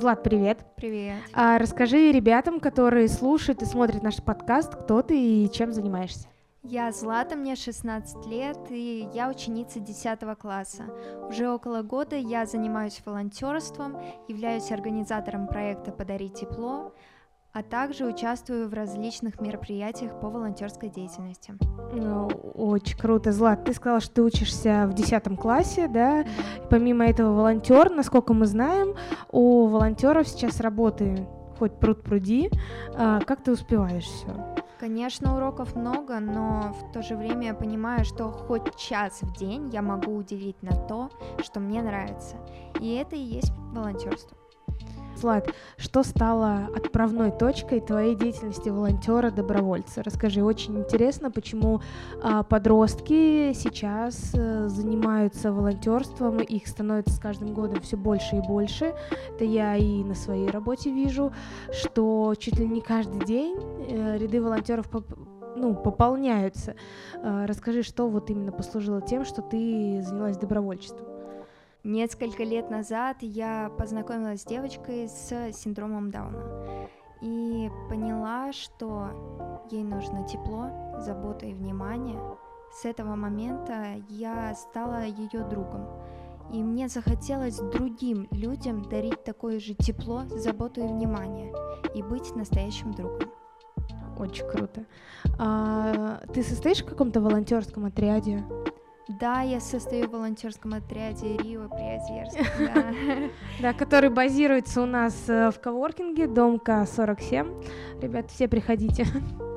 Злат, привет. Привет. Расскажи ребятам, которые слушают и смотрят наш подкаст, кто ты и чем занимаешься. Я Злата, мне 16 лет, и я ученица 10 класса. Уже около года я занимаюсь волонтерством, являюсь организатором проекта «Подари тепло», а также участвую в различных мероприятиях по волонтерской деятельности. Очень круто. Злат, ты сказала, что ты учишься в 10 классе, да? Помимо этого волонтер, насколько мы знаем, у волонтеров сейчас работы хоть пруд пруди. Как ты успеваешь все? Конечно, уроков много, но в то же время я понимаю, что хоть час в день я могу уделить на то, что мне нравится. И это и есть волонтерство. Злат, что стало отправной точкой твоей деятельности волонтера-добровольца? Расскажи, очень интересно, почему подростки сейчас занимаются волонтерством, их становится с каждым годом все больше и больше. Это я и на своей работе вижу, что чуть ли не каждый день ряды волонтеров пополняются. Расскажи, что вот именно послужило тем, что ты занялась добровольчеством? Несколько лет назад я познакомилась с девочкой с синдромом Дауна и поняла, что ей нужно тепло, забота и внимание. С этого момента я стала ее другом, и мне захотелось другим людям дарить такое же тепло, заботу и внимание, и быть настоящим другом. Очень круто. Ты состоишь в каком-то волонтерском отряде? Да, я состою в волонтерском отряде Рио Приозерск, да, который базируется у нас в коворкинге, дом К47. Ребят, все приходите.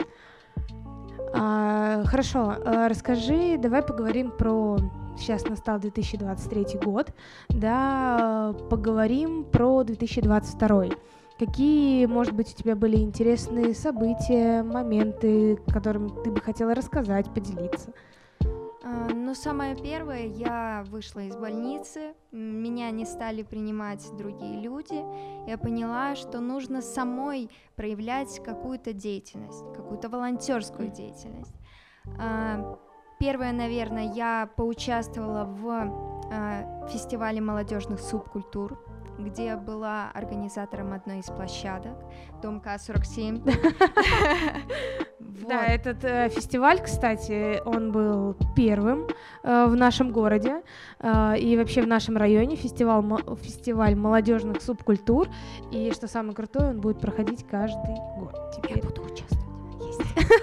Хорошо, расскажи, давай поговорим про... Сейчас настал 2023 год, да, поговорим про 2022. Какие, может быть, у тебя были интересные события, моменты, которыми ты бы хотела рассказать, поделиться? Ну, самое первое, я вышла из больницы, меня не стали принимать другие люди, я поняла, что нужно самой проявлять какую-то деятельность, какую-то волонтерскую деятельность. Первое, наверное, я поучаствовала в фестивале молодежных субкультур, где была организатором одной из площадок, дом К47. Да, этот фестиваль, кстати, он был первым в нашем городе и вообще в нашем районе, фестиваль молодежных субкультур, и что самое крутое, он будет проходить каждый год. Теперь я буду участвовать.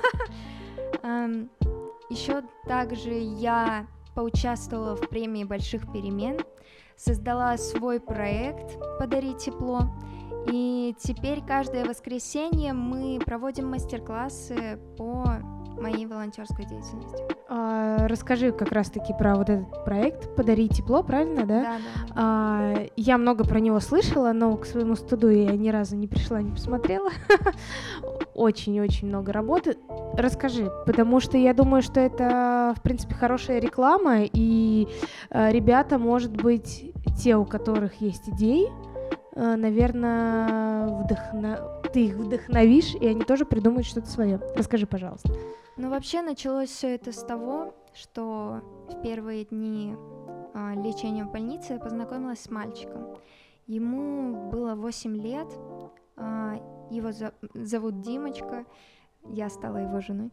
Еще также я поучаствовала в премии больших перемен, создала свой проект «Подари тепло», и теперь каждое воскресенье мы проводим мастер-классы по моей волонтерской деятельности. Расскажи как раз-таки про вот этот проект «Подари тепло», правильно, да? Да. Я много про него слышала, но к своему стыду я ни разу не пришла, не посмотрела. Очень-очень много работы. Расскажи, потому что я думаю, что это, в принципе, хорошая реклама, и ребята, может быть, те, у которых есть идеи, наверное, ты их вдохновишь, и они тоже придумают что-то свое. Расскажи, пожалуйста. Ну, вообще началось все это с того, что в первые дни лечения в больнице я познакомилась с мальчиком. Ему было 8 лет, его зовут Димочка, я стала его женой.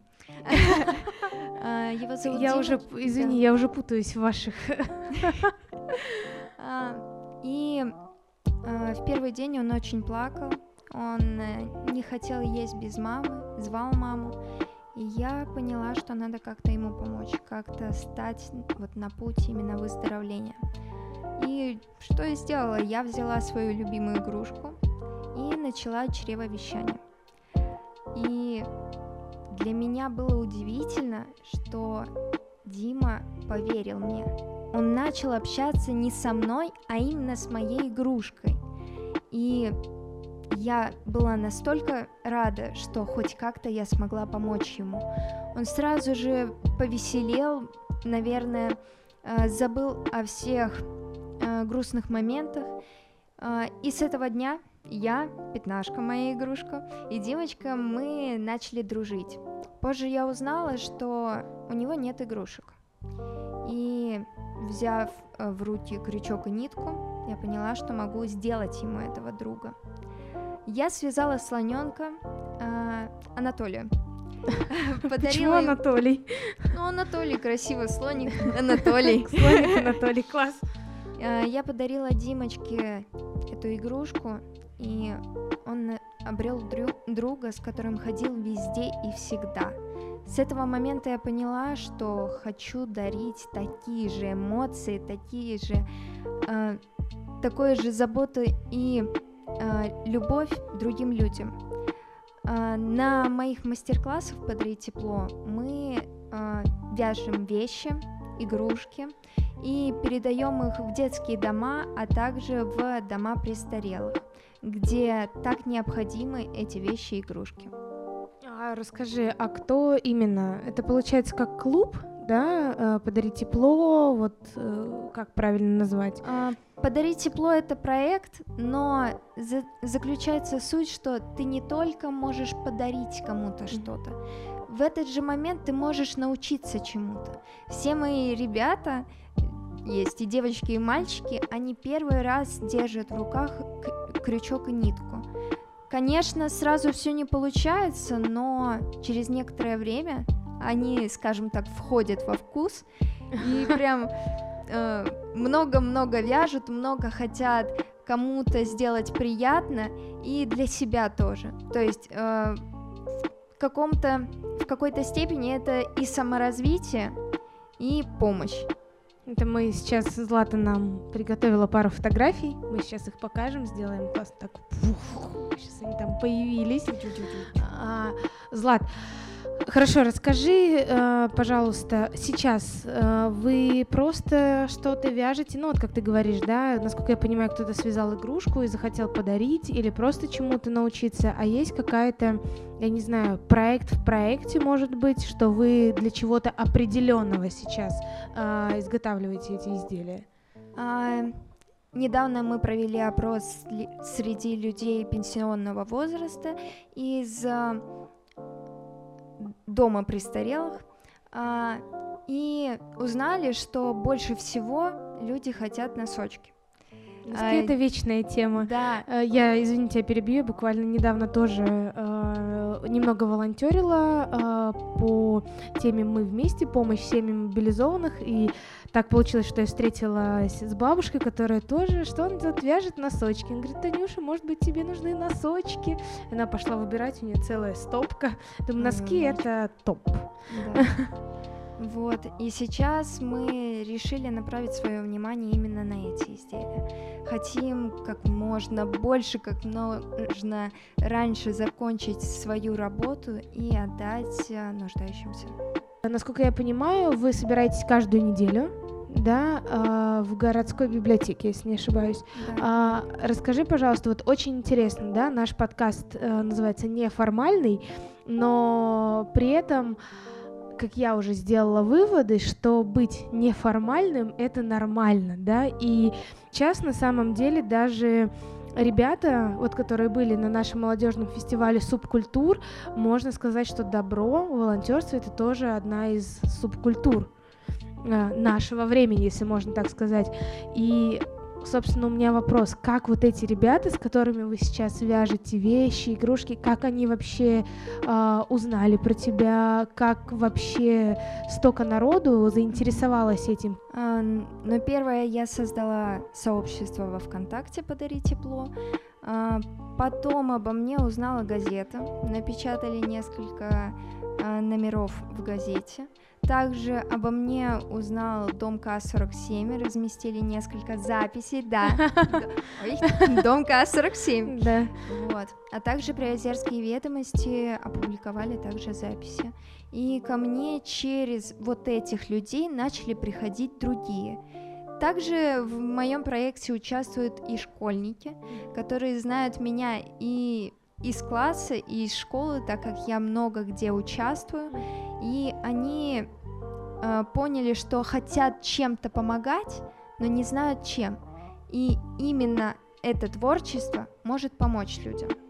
Его зовут Димочка. Извини, я уже путаюсь в ваших... И в первый день он очень плакал, он не хотел есть без мамы, звал маму. И я поняла, что надо как-то ему помочь, как-то стать вот на путь именно выздоровления. И что я сделала? Я взяла свою любимую игрушку и начала чревовещание. И для меня было удивительно, что Дима поверил мне. Он начал общаться не со мной, а именно с моей игрушкой. И я была настолько рада, что хоть как-то я смогла помочь ему. Он сразу же повеселел, наверное, забыл о всех грустных моментах. И с этого дня я, Пятнашка, моя игрушка, и Димочка, мы начали дружить. Позже я узнала, что у него нет игрушек. И взяв в руки крючок и нитку, я поняла, что могу сделать ему этого друга. Я связала слоненка Анатолия. Почему Анатолий? Ну, Анатолий, красивый слоник. Анатолий. Слоник Анатолий, класс. Я подарила Димочке эту игрушку, и он обрел друга, с которым ходил везде и всегда. С этого момента я поняла, что хочу дарить такие же эмоции, такой же заботу и любовь другим людям. На моих мастер-классах «Подари тепло» мы вяжем вещи, игрушки и передаем их в детские дома, а также в дома престарелых, где так необходимы эти вещи и игрушки. Расскажи, а кто именно? Это получается как клуб, да? «Подари тепло», вот как правильно назвать? «Подари тепло» — это проект, но заключается суть, что ты не только можешь подарить кому-то что-то, в этот же момент ты можешь научиться чему-то. Все мои ребята, есть и девочки, и мальчики, они первый раз держат в руках крючок и нитку. Конечно, сразу все не получается, но через некоторое время они, скажем так, входят во вкус и прям много-много вяжут, много хотят кому-то сделать приятно и для себя тоже. То есть в какой-то степени это и саморазвитие, и помощь. Это мы сейчас, Злата нам приготовила пару фотографий, мы сейчас их покажем, сделаем просто так, сейчас они там появились. Злат, хорошо, расскажи, пожалуйста, сейчас вы просто что-то вяжете, ну вот как ты говоришь, да, насколько я понимаю, кто-то связал игрушку и захотел подарить или просто чему-то научиться, а есть какая-то, я не знаю, проект в проекте, может быть, что вы для чего-то определенного сейчас изготавливаете эти изделия? Недавно мы провели опрос среди людей пенсионного возраста из дома престарелых и узнали, что больше всего люди хотят носочки. Это вечная тема. Да. Я, извините, я перебью, я буквально недавно тоже немного волонтерила по теме «Мы вместе», помощь семьям мобилизованных, и так получилось, что я встретилась с бабушкой, которая тоже, что он тут вяжет носочки. Он говорит: Танюша, может быть, тебе нужны носочки? Она пошла выбирать, у нее целая стопка. Думаю, носки — это топ. Да. Вот, и сейчас мы решили направить свое внимание именно на эти изделия. Хотим как можно больше, как можно раньше закончить свою работу и отдать нуждающимся. Насколько я понимаю, вы собираетесь каждую неделю, да, в городской библиотеке, если не ошибаюсь. Да. Расскажи, пожалуйста, вот очень интересно, да, наш подкаст называется «Неформальный», но при этом, как я уже сделала выводы, что быть неформальным — это нормально, да, и сейчас на самом деле даже ребята, вот, которые были на нашем молодежном фестивале субкультур, можно сказать, что добро, волонтерство — это тоже одна из субкультур нашего времени, если можно так сказать. И, собственно, у меня вопрос: как вот эти ребята, с которыми вы сейчас вяжете вещи, игрушки, как они вообще узнали про тебя, как вообще столько народу заинтересовалось этим? Но первое, я создала сообщество во ВКонтакте «Подари тепло», потом обо мне узнала газета, напечатали несколько номеров в газете. Также обо мне узнал дом К-47, разместили несколько записей, да, дом К-47, да. Вот. А также Приозерские ведомости опубликовали также записи. И ко мне через вот этих людей начали приходить другие. Также в моем проекте участвуют и школьники, которые знают меня и из класса, и из школы, так как я много где участвую, и они поняли, что хотят чем-то помогать, но не знают чем. И именно это творчество может помочь людям.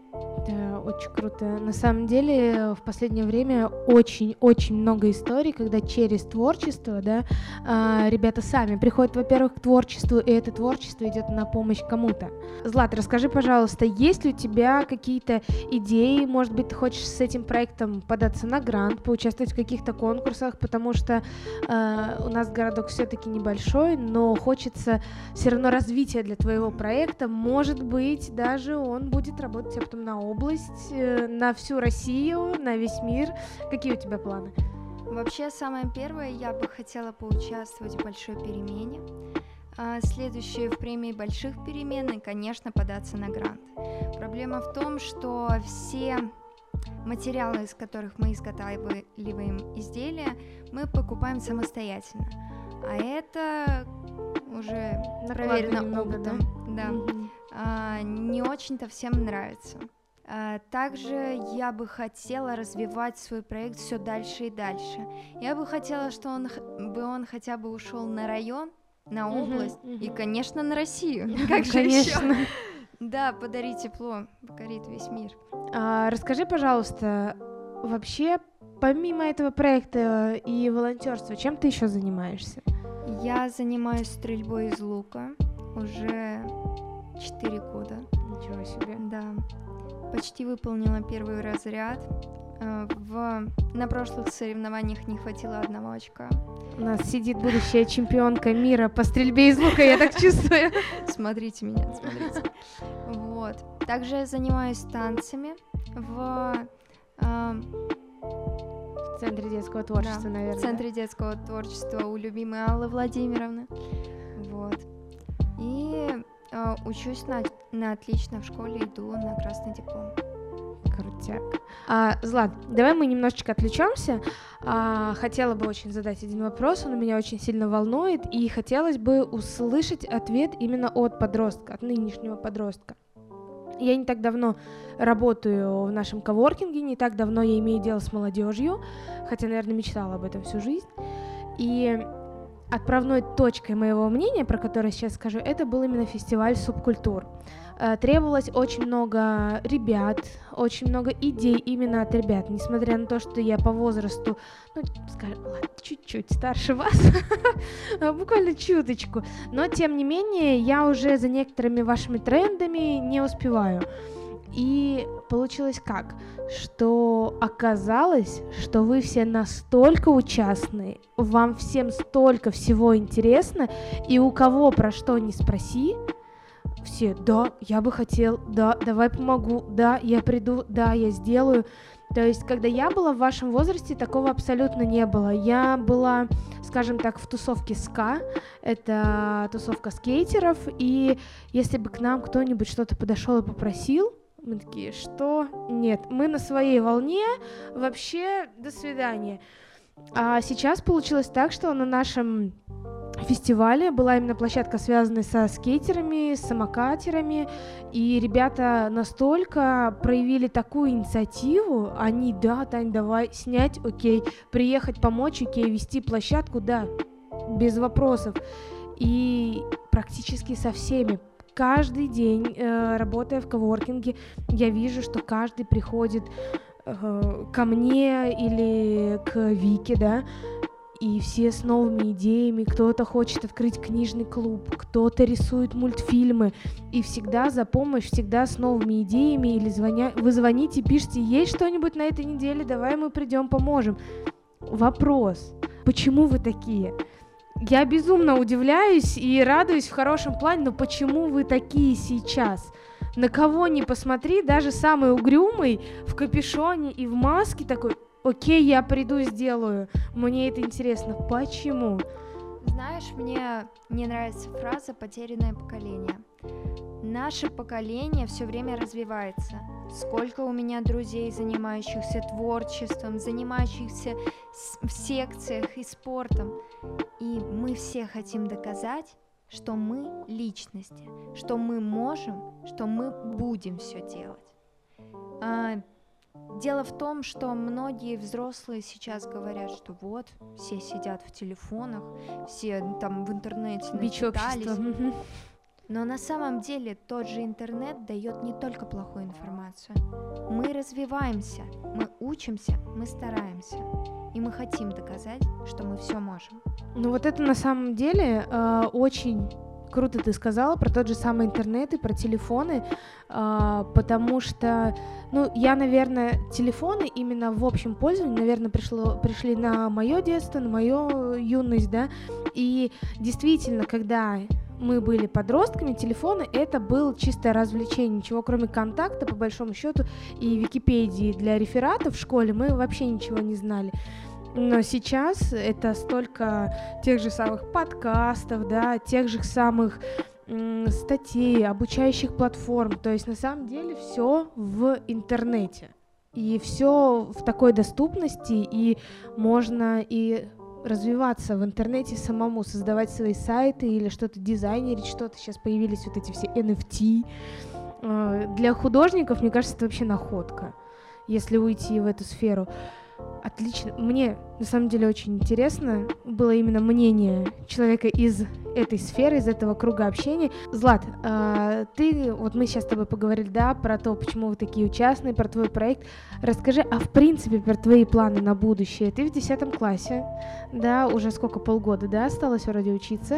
Это очень круто. На самом деле, в последнее время очень-очень много историй, когда через творчество, да, ребята сами приходят, во-первых, к творчеству, и это творчество идет на помощь кому-то. Злат, расскажи, пожалуйста, есть ли у тебя какие-то идеи, может быть, ты хочешь с этим проектом податься на грант, поучаствовать в каких-то конкурсах, потому что у нас городок все-таки небольшой, но хочется все равно развития для твоего проекта, может быть, даже он будет работать потом на область, на всю Россию, на весь мир. Какие у тебя планы? Вообще, самое первое, я бы хотела поучаствовать в большой перемене. Следующее в премии больших перемен и, конечно, податься на грант. Проблема в том, что все материалы, из которых мы изготавливаем изделия, мы покупаем самостоятельно. А это уже проверено опытом. Да? Не очень-то всем нравится. Также я бы хотела развивать свой проект все дальше и дальше. Я бы хотела, что он хотя бы ушел на район, на область и, конечно, на Россию. Как же еще? Да, подарить тепло, покорит весь мир. Расскажи, пожалуйста, вообще, помимо этого проекта и волонтерства, чем ты еще занимаешься? Я занимаюсь стрельбой из лука уже 4 года. Ничего себе. Да. Почти выполнила первый разряд. На прошлых соревнованиях не хватило 1 очка. У нас сидит будущая чемпионка мира по стрельбе из лука, я так чувствую. Смотрите меня, смотрите. Вот. Также я занимаюсь танцами в Центре детского творчества, да, наверное. В Центре детского творчества у любимой Аллы Владимировны. Вот. И учусь на отлично в школе, иду на красный диплом. Крутяк. Злат, давай мы немножечко отвлечемся. Хотела бы очень задать один вопрос, он меня очень сильно волнует, и хотелось бы услышать ответ именно от подростка, от нынешнего подростка. Я не так давно работаю в нашем коворкинге, не так давно я имею дело с молодежью, хотя, наверное, мечтала об этом всю жизнь. И отправной точкой моего мнения, про которое я сейчас скажу, это был именно фестиваль субкультур. Требовалось очень много ребят, очень много идей именно от ребят, несмотря на то, что я по возрасту, скажем, ладно, чуть-чуть старше вас, буквально чуточку, но тем не менее я уже за некоторыми вашими трендами не успеваю. И получилось как? Что оказалось, что вы все настолько участны, вам всем столько всего интересно, и у кого про что не спроси, все, да, я бы хотел, да, давай помогу, да, я приду, да, я сделаю. То есть, когда я была в вашем возрасте, такого абсолютно не было. Я была, скажем так, в тусовке ска, это тусовка скейтеров, и если бы к нам кто-нибудь что-то подошел и попросил, мы такие, что? Нет, мы на своей волне, вообще, до свидания. А сейчас получилось так, что на нашем фестивале была именно площадка, связанная со скейтерами, с самокатерами, и ребята настолько проявили такую инициативу, они, да, Тань, давай снять, окей, приехать помочь, окей, вести площадку, да, без вопросов, и практически со всеми. Каждый день, работая в коворкинге, я вижу, что каждый приходит ко мне или к Вике, да, и все с новыми идеями, кто-то хочет открыть книжный клуб, кто-то рисует мультфильмы, и всегда за помощь, всегда с новыми идеями, или вы звоните, пишите, есть что-нибудь на этой неделе, давай мы придем, поможем. Вопрос, почему вы такие? Я безумно удивляюсь и радуюсь в хорошем плане, но почему вы такие сейчас? На кого ни посмотри, даже самый угрюмый в капюшоне и в маске такой, окей, я приду, сделаю, мне это интересно. Почему? Знаешь, мне не нравится фраза «потерянное поколение». Наше поколение все время развивается. Сколько у меня друзей, занимающихся творчеством, занимающихся в секциях и спортом. И мы все хотим доказать, что мы личности, что мы можем, что мы будем все делать. Дело в том, что многие взрослые сейчас говорят, что вот, все сидят в телефонах, все там в интернете начитались. Но на самом деле тот же интернет дает не только плохую информацию. Мы развиваемся, мы учимся, мы стараемся. И мы хотим доказать, что мы все можем. Ну вот это на самом деле очень круто ты сказала про тот же самый интернет и про телефоны, потому что, я, наверное, телефоны именно в общем пользовании, наверное, пришли на мое детство, на мою юность, да, и действительно, когда мы были подростками, телефоны — это было чистое развлечение, ничего кроме контакта, по большому счету, и Википедии для рефератов в школе мы вообще ничего не знали. Но сейчас это столько тех же самых подкастов, да, тех же самых статей, обучающих платформ. То есть на самом деле все в интернете. И все в такой доступности, и можно и развиваться в интернете самому, создавать свои сайты или что-то дизайнерить, что-то. Сейчас появились вот эти все NFT. Для художников, мне кажется, это вообще находка, если уйти в эту сферу. Отлично. Мне, на самом деле, очень интересно было именно мнение человека из этой сферы, из этого круга общения. Злат, вот мы сейчас с тобой поговорили, да, про то, почему вы такие участные, про твой проект. Расскажи, в принципе, про твои планы на будущее. Ты в 10 классе, да, уже сколько, полгода, да, осталось вроде учиться.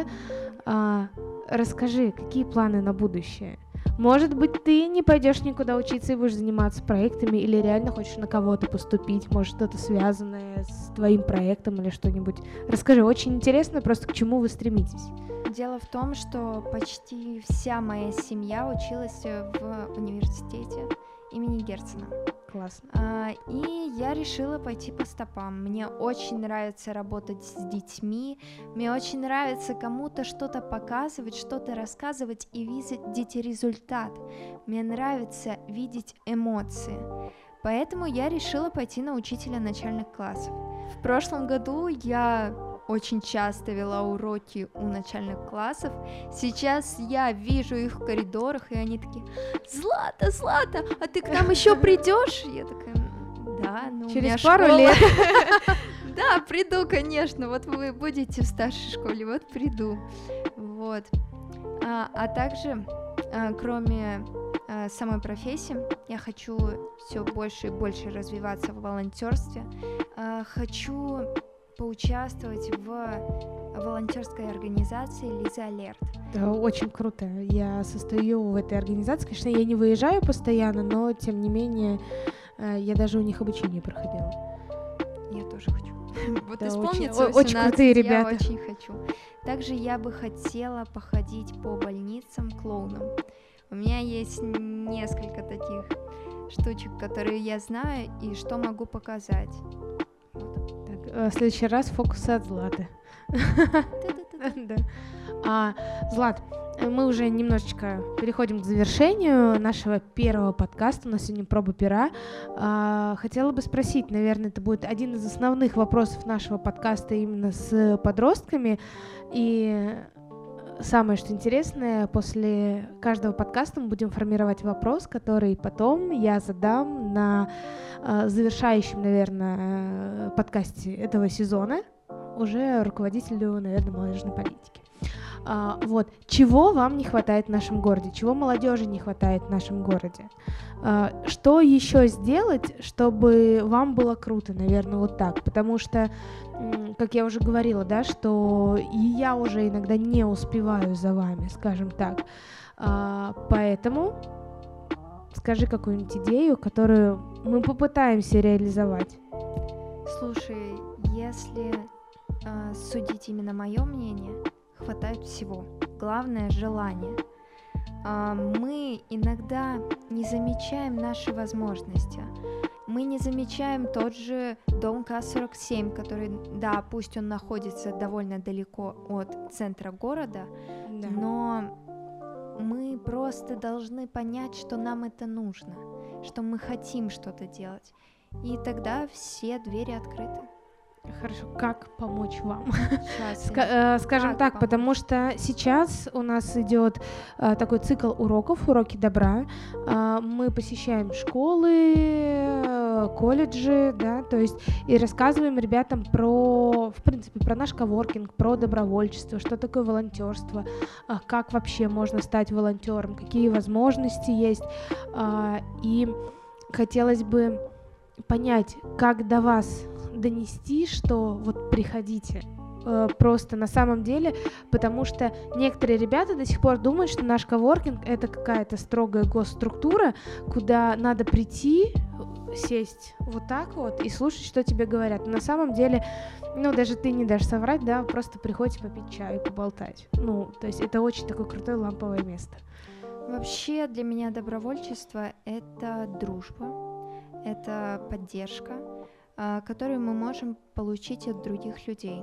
Расскажи, какие планы на будущее? Может быть, ты не пойдешь никуда учиться и будешь заниматься проектами, или реально хочешь на кого-то поступить, может, что-то связанное с твоим проектом или что-нибудь. Расскажи, очень интересно просто, к чему вы стремитесь. Дело в том, что почти вся моя семья училась в университете имени Герцена. Классно. И я решила пойти по стопам. Мне очень нравится работать с детьми, мне очень нравится кому-то что-то показывать, что-то рассказывать и видеть результат. Мне нравится видеть эмоции. Поэтому я решила пойти на учителя начальных классов. В прошлом году я очень часто вела уроки у начальных классов. Сейчас я вижу их в коридорах, и они такие: Злата, а ты к нам еще придешь? Я такая: да, через пару лет. Да, приду, конечно. Вот вы будете в старшей школе, вот приду. Вот. А также, кроме самой профессии, я хочу все больше и больше развиваться в волонтерстве. Хочу поучаствовать в волонтерской организации Лиза Алерт. Это очень круто. Я состою в этой организации. Конечно, я не выезжаю постоянно, но тем не менее я даже у них обучение проходила. Я тоже хочу. Вот да, исполнится 18, очень крутые ребята. Я очень хочу. Также я бы хотела походить по больницам клоуном. У меня есть несколько таких штучек, которые я знаю и что могу показать. В следующий раз фокусы от Златы. Злат, мы уже немножечко переходим к завершению нашего первого подкаста. У нас сегодня проба пера. Хотела бы спросить, наверное, это будет один из основных вопросов нашего подкаста именно с подростками. И самое, что интересное, после каждого подкаста мы будем формировать вопрос, который потом я задам на завершающем, наверное, подкасте этого сезона уже руководителю, наверное, молодежной политики. Вот. Чего вам не хватает в нашем городе? Чего молодежи не хватает в нашем городе? Что еще сделать, чтобы вам было круто, наверное, вот так? Потому что, как я уже говорила, да, что и я уже иногда не успеваю за вами, скажем так. Поэтому скажи какую-нибудь идею, которую мы попытаемся реализовать. Слушай, если судить именно мое мнение, хватает всего. Главное — желание. Мы иногда не замечаем наши возможности. Мы не замечаем тот же дом К-47, который, да, пусть он находится довольно далеко от центра города, да, но мы просто должны понять, что нам это нужно, что мы хотим что-то делать. И тогда все двери открыты. Хорошо, как помочь вам? Сейчас. Скажем Как так, помочь? потому что сейчас у нас идет такой цикл уроков, уроки добра. Мы посещаем школы, колледжи, да, то есть и рассказываем ребятам в принципе, про наш коворкинг, про добровольчество, что такое волонтерство, как вообще можно стать волонтером, какие возможности есть. И хотелось бы понять, как до вас донести, что вот приходите. Просто на самом деле, потому что некоторые ребята до сих пор думают, что наш коворкинг — это какая-то строгая госструктура, куда надо прийти, сесть вот так вот и слушать, что тебе говорят. Но на самом деле, даже ты не дашь соврать, да, просто приходите попить чаю и поболтать. То есть это очень такое крутое ламповое место. Вообще для меня добровольчество — это дружба, это поддержка, которую мы можем получить от других людей.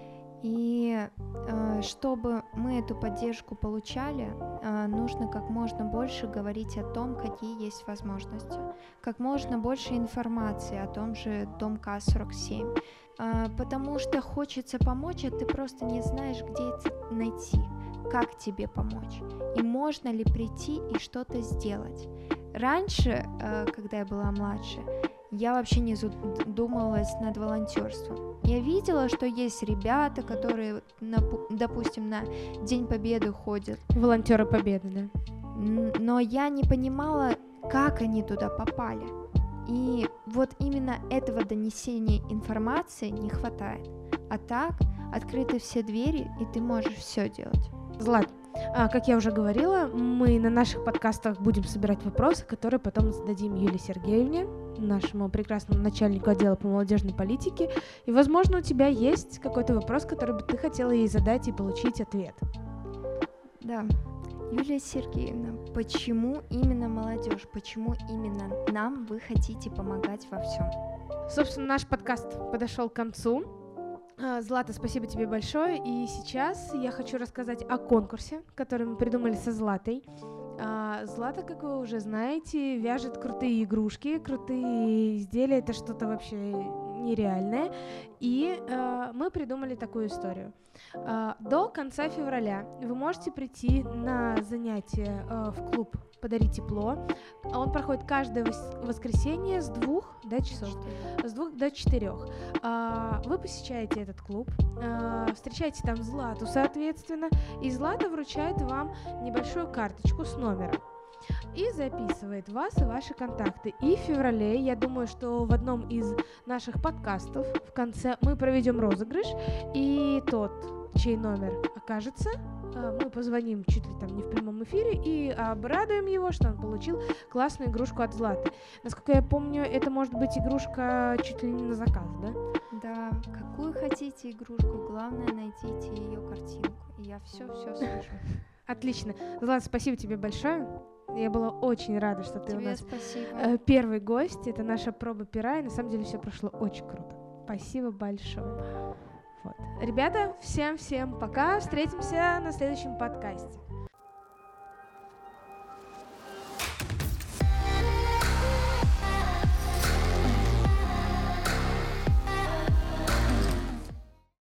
И чтобы мы эту поддержку получали, нужно как можно больше говорить о том, какие есть возможности, как можно больше информации о том же Дом К-47, потому что хочется помочь, а ты просто не знаешь, где это найти, как тебе помочь, и можно ли прийти и что-то сделать. Раньше, когда я была младше, я вообще не задумывалась над волонтерством. Я видела, что есть ребята, которые, допустим, на День Победы ходят. Волонтеры Победы, да. Но я не понимала, как они туда попали. И вот именно этого донесения информации не хватает. А так открыты все двери, и ты можешь все делать. Злат, как я уже говорила, мы на наших подкастах будем собирать вопросы, которые потом зададим Юлии Сергеевне, нашему прекрасному начальнику отдела по молодежной политике. И, возможно, у тебя есть какой-то вопрос, который бы ты хотела ей задать и получить ответ. Да. Юлия Сергеевна, почему именно молодежь? Почему именно нам вы хотите помогать во всем? Собственно, наш подкаст подошел к концу. Злата, спасибо тебе большое. И сейчас я хочу рассказать о конкурсе, который мы придумали со Златой. Злата, как вы уже знаете, вяжет крутые игрушки, крутые изделия. Это что-то вообще нереальное. И мы придумали такую историю. До конца февраля вы можете прийти на занятие в клуб «Подари тепло». Он проходит каждое воскресенье с 2 до часов, с 2 до 4. Вы посещаете этот клуб, встречаете там Злату, соответственно, и Злата вручает вам небольшую карточку с номером и записывает вас и ваши контакты. И в феврале, я думаю, что в одном из наших подкастов в конце мы проведем розыгрыш, и тот, чей номер окажется, мы позвоним чуть ли там не в прямом эфире и обрадуем его, что он получил классную игрушку от Златы. Насколько я помню, это может быть игрушка чуть ли не на заказ, да? Да, какую хотите игрушку, главное найдите ее картинку, и я все слышу. Отлично. Злата, спасибо тебе большое. Я была очень рада, что ты Тебе у нас спасибо. Первый гость. Это наша проба пера, и на самом деле все прошло очень круто. Спасибо большое. Вот. Ребята, всем пока. Встретимся на следующем подкасте.